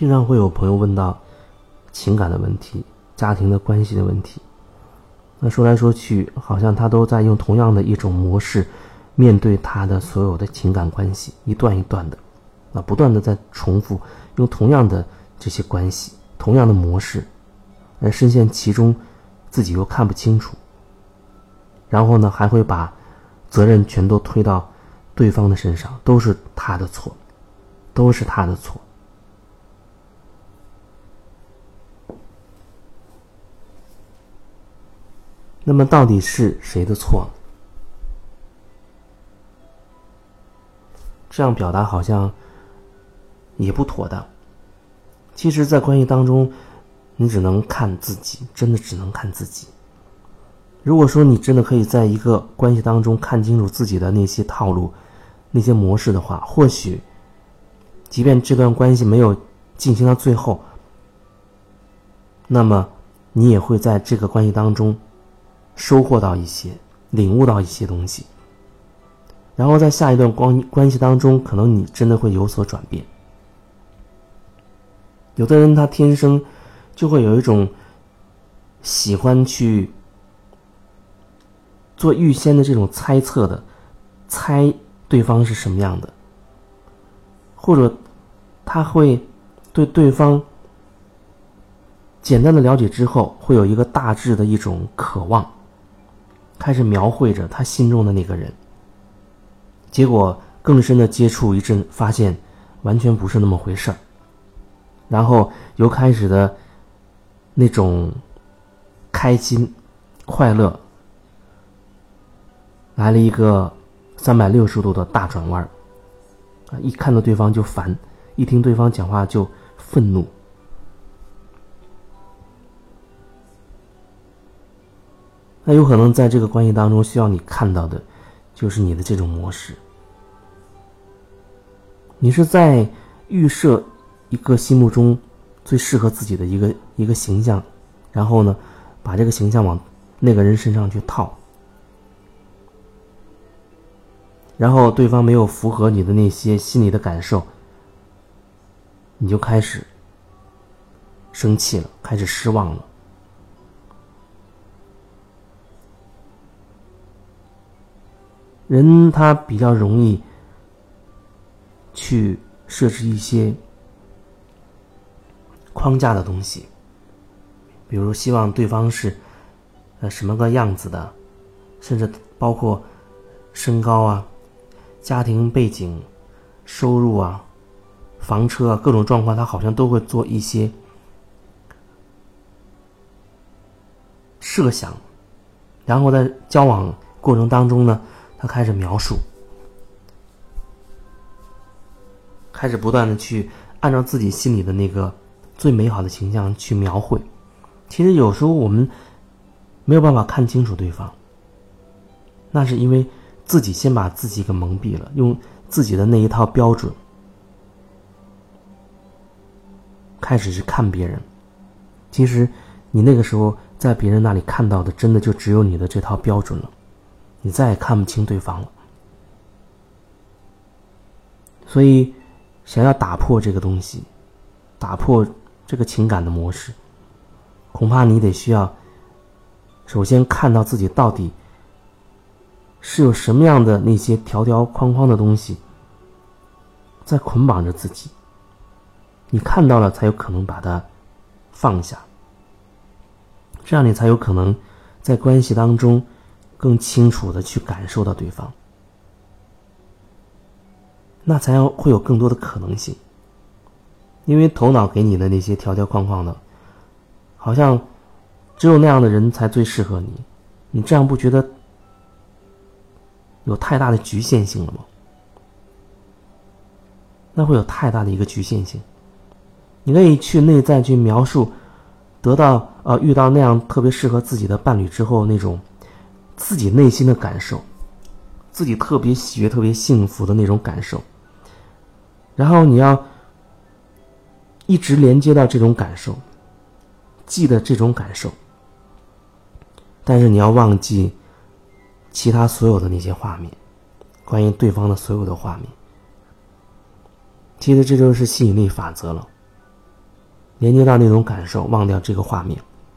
经常会有朋友问到情感的问题、家庭的关系的问题，那说来说去好像他都在用同样的一种模式面对他的所有的情感关系，一段一段的不断的在重复用同样的这些关系、同样的模式，而深陷其中自己又看不清楚，然后呢还会把责任全都推到对方的身上，都是他的错，都是他的错。那么到底是谁的错？这样表达好像也不妥当。其实在关系当中，你只能看自己，真的只能看自己。如果说你真的可以在一个关系当中看清楚自己的那些套路、那些模式的话，或许即便这段关系没有进行到最后，那么你也会在这个关系当中收获到一些，领悟到一些东西，然后在下一段关系当中，可能你真的会有所转变。有的人他天生就会有一种喜欢去做预先的这种猜测的，猜对方是什么样的，或者他会对对方简单的了解之后，会有一个大致的一种渴望，开始描绘着他心中的那个人，结果更深的接触一阵，发现完全不是那么回事儿，然后由开始的那种开心快乐来了一个360度的大转弯，一看到对方就烦，一听对方讲话就愤怒。那有可能在这个关系当中需要你看到的就是你的这种模式，你是在预设一个心目中最适合自己的一个形象，然后呢把这个形象往那个人身上去套，然后对方没有符合你的那些心理的感受，你就开始生气了，开始失望了。人他比较容易去设置一些框架的东西，比如希望对方是什么个样子的，甚至包括身高啊、家庭背景、收入啊、房车啊，各种状况他好像都会做一些设想，然后在交往过程当中呢，他开始描述，开始不断的去按照自己心里的那个最美好的形象去描绘。其实有时候我们没有办法看清楚对方，那是因为自己先把自己给蒙蔽了，用自己的那一套标准开始去看别人。其实你那个时候在别人那里看到的真的就只有你的这套标准了，你再也看不清对方了。所以想要打破这个东西，打破这个情感的模式，恐怕你得需要首先看到自己到底是有什么样的那些条条框框的东西在捆绑着自己，你看到了才有可能把它放下，这样你才有可能在关系当中更清楚的去感受到对方，那才会有更多的可能性。因为头脑给你的那些条条框框的，好像只有那样的人才最适合你，你这样不觉得有太大的局限性了吗？那会有太大的一个局限性。你可以去内在去描述，得到遇到那样特别适合自己的伴侣之后那种自己内心的感受，自己特别喜悦特别幸福的那种感受，然后你要一直连接到这种感受，记得这种感受，但是你要忘记其他所有的那些画面，关于对方的所有的画面。其实这就是吸引力法则了。 连接到那种感受，忘掉这个画面。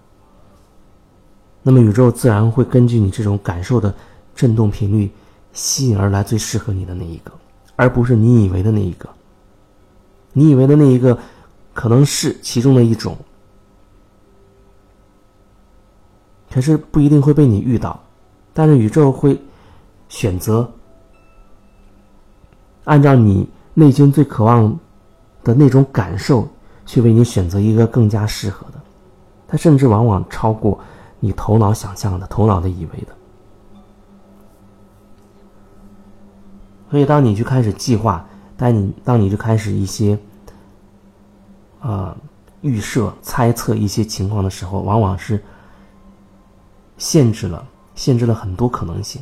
那么宇宙自然会根据你这种感受的振动频率吸引而来最适合你的那一个，而不是你以为的那一个。你以为的那一个可能是其中的一种，可是不一定会被你遇到，但是宇宙会选择按照你内心最渴望的那种感受去为你选择一个更加适合的，它甚至往往超过你头脑想象的、头脑的以为的。所以当你去开始计划，当你去开始一些预设、猜测一些情况的时候，往往是限制了很多可能性。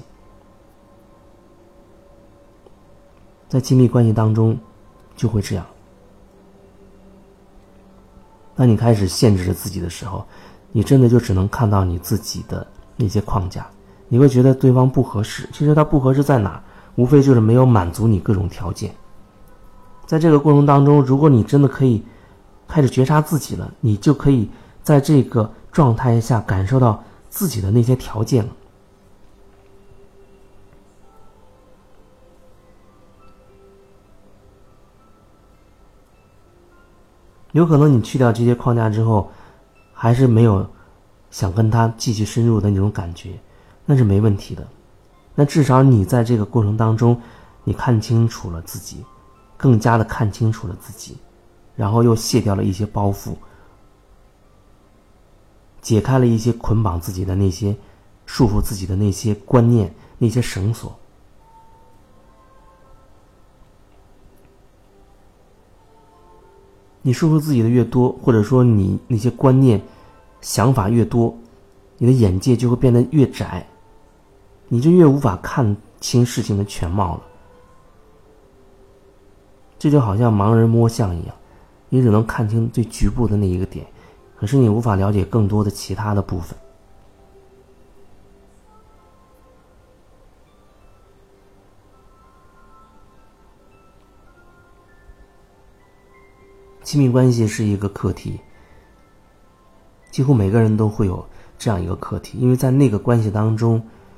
在亲密关系当中就会这样，当你开始限制着自己的时候，你真的就只能看到你自己的那些框架，你会觉得对方不合适，其实他不合适在哪？无非就是没有满足你各种条件。在这个过程当中，如果你真的可以开始觉察自己了，你就可以在这个状态下感受到自己的那些条件了。有可能你去掉这些框架之后，还是没有想跟他继续深入的那种感觉，那是没问题的。那至少你在这个过程当中，你看清楚了自己，更加的看清楚了自己，然后又卸掉了一些包袱，解开了一些捆绑自己的那些束缚自己的那些观念、那些绳索。你束缚自己的越多，或者说你那些观念、想法越多，你的眼界就会变得越窄，你就越无法看清事情的全貌了。这就好像盲人摸象一样，你只能看清最局部的那一个点，可是你无法了解更多的其他的部分。亲密关系是一个课题，几乎每个人都会有这样一个课题，因为在那个关系当中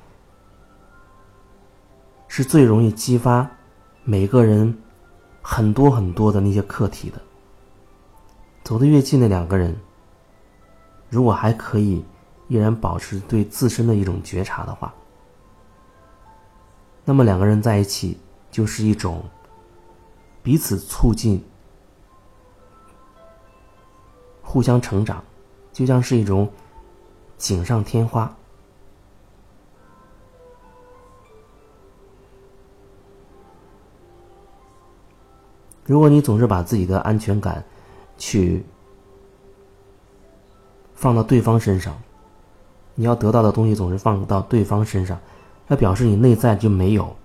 是最容易激发每个人很多很多的那些课题的。走得越近的两个人，如果还可以依然保持对自身的一种觉察的话，那么两个人在一起就是一种彼此促进、互相成长，就像是一种锦上添花。如果你总是把自己的安全感去放到对方身上，你要得到的东西总是放到对方身上，那表示你内在就没有。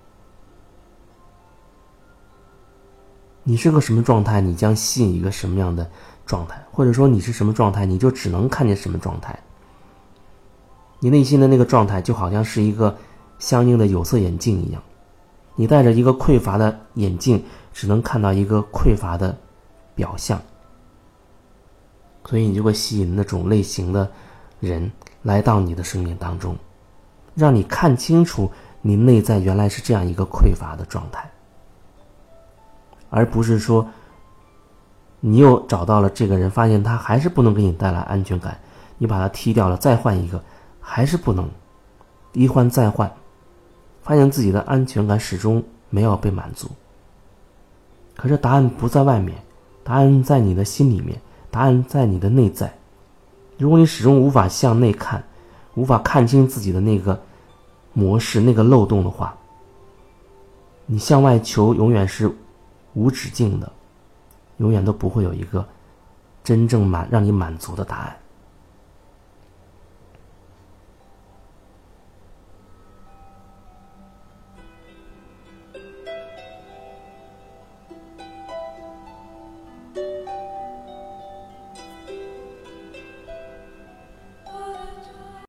你是个什么状态，你将吸引一个什么样的状态，或者说你是什么状态，你就只能看见什么状态。你内心的那个状态就好像是一个相应的有色眼镜一样，你戴着一个匮乏的眼镜，只能看到一个匮乏的表象，所以你就会吸引那种类型的人来到你的生命当中，让你看清楚你内在原来是这样一个匮乏的状态，而不是说你又找到了这个人，发现他还是不能给你带来安全感，你把他踢掉了，再换一个，还是不能，一换再换，发现自己的安全感始终没有被满足。可是答案不在外面，答案在你的心里面，答案在你的内在。如果你始终无法向内看，无法看清自己的那个模式、那个漏洞的话，你向外求永远是无止境的，永远都不会有一个真正让你满足的答案。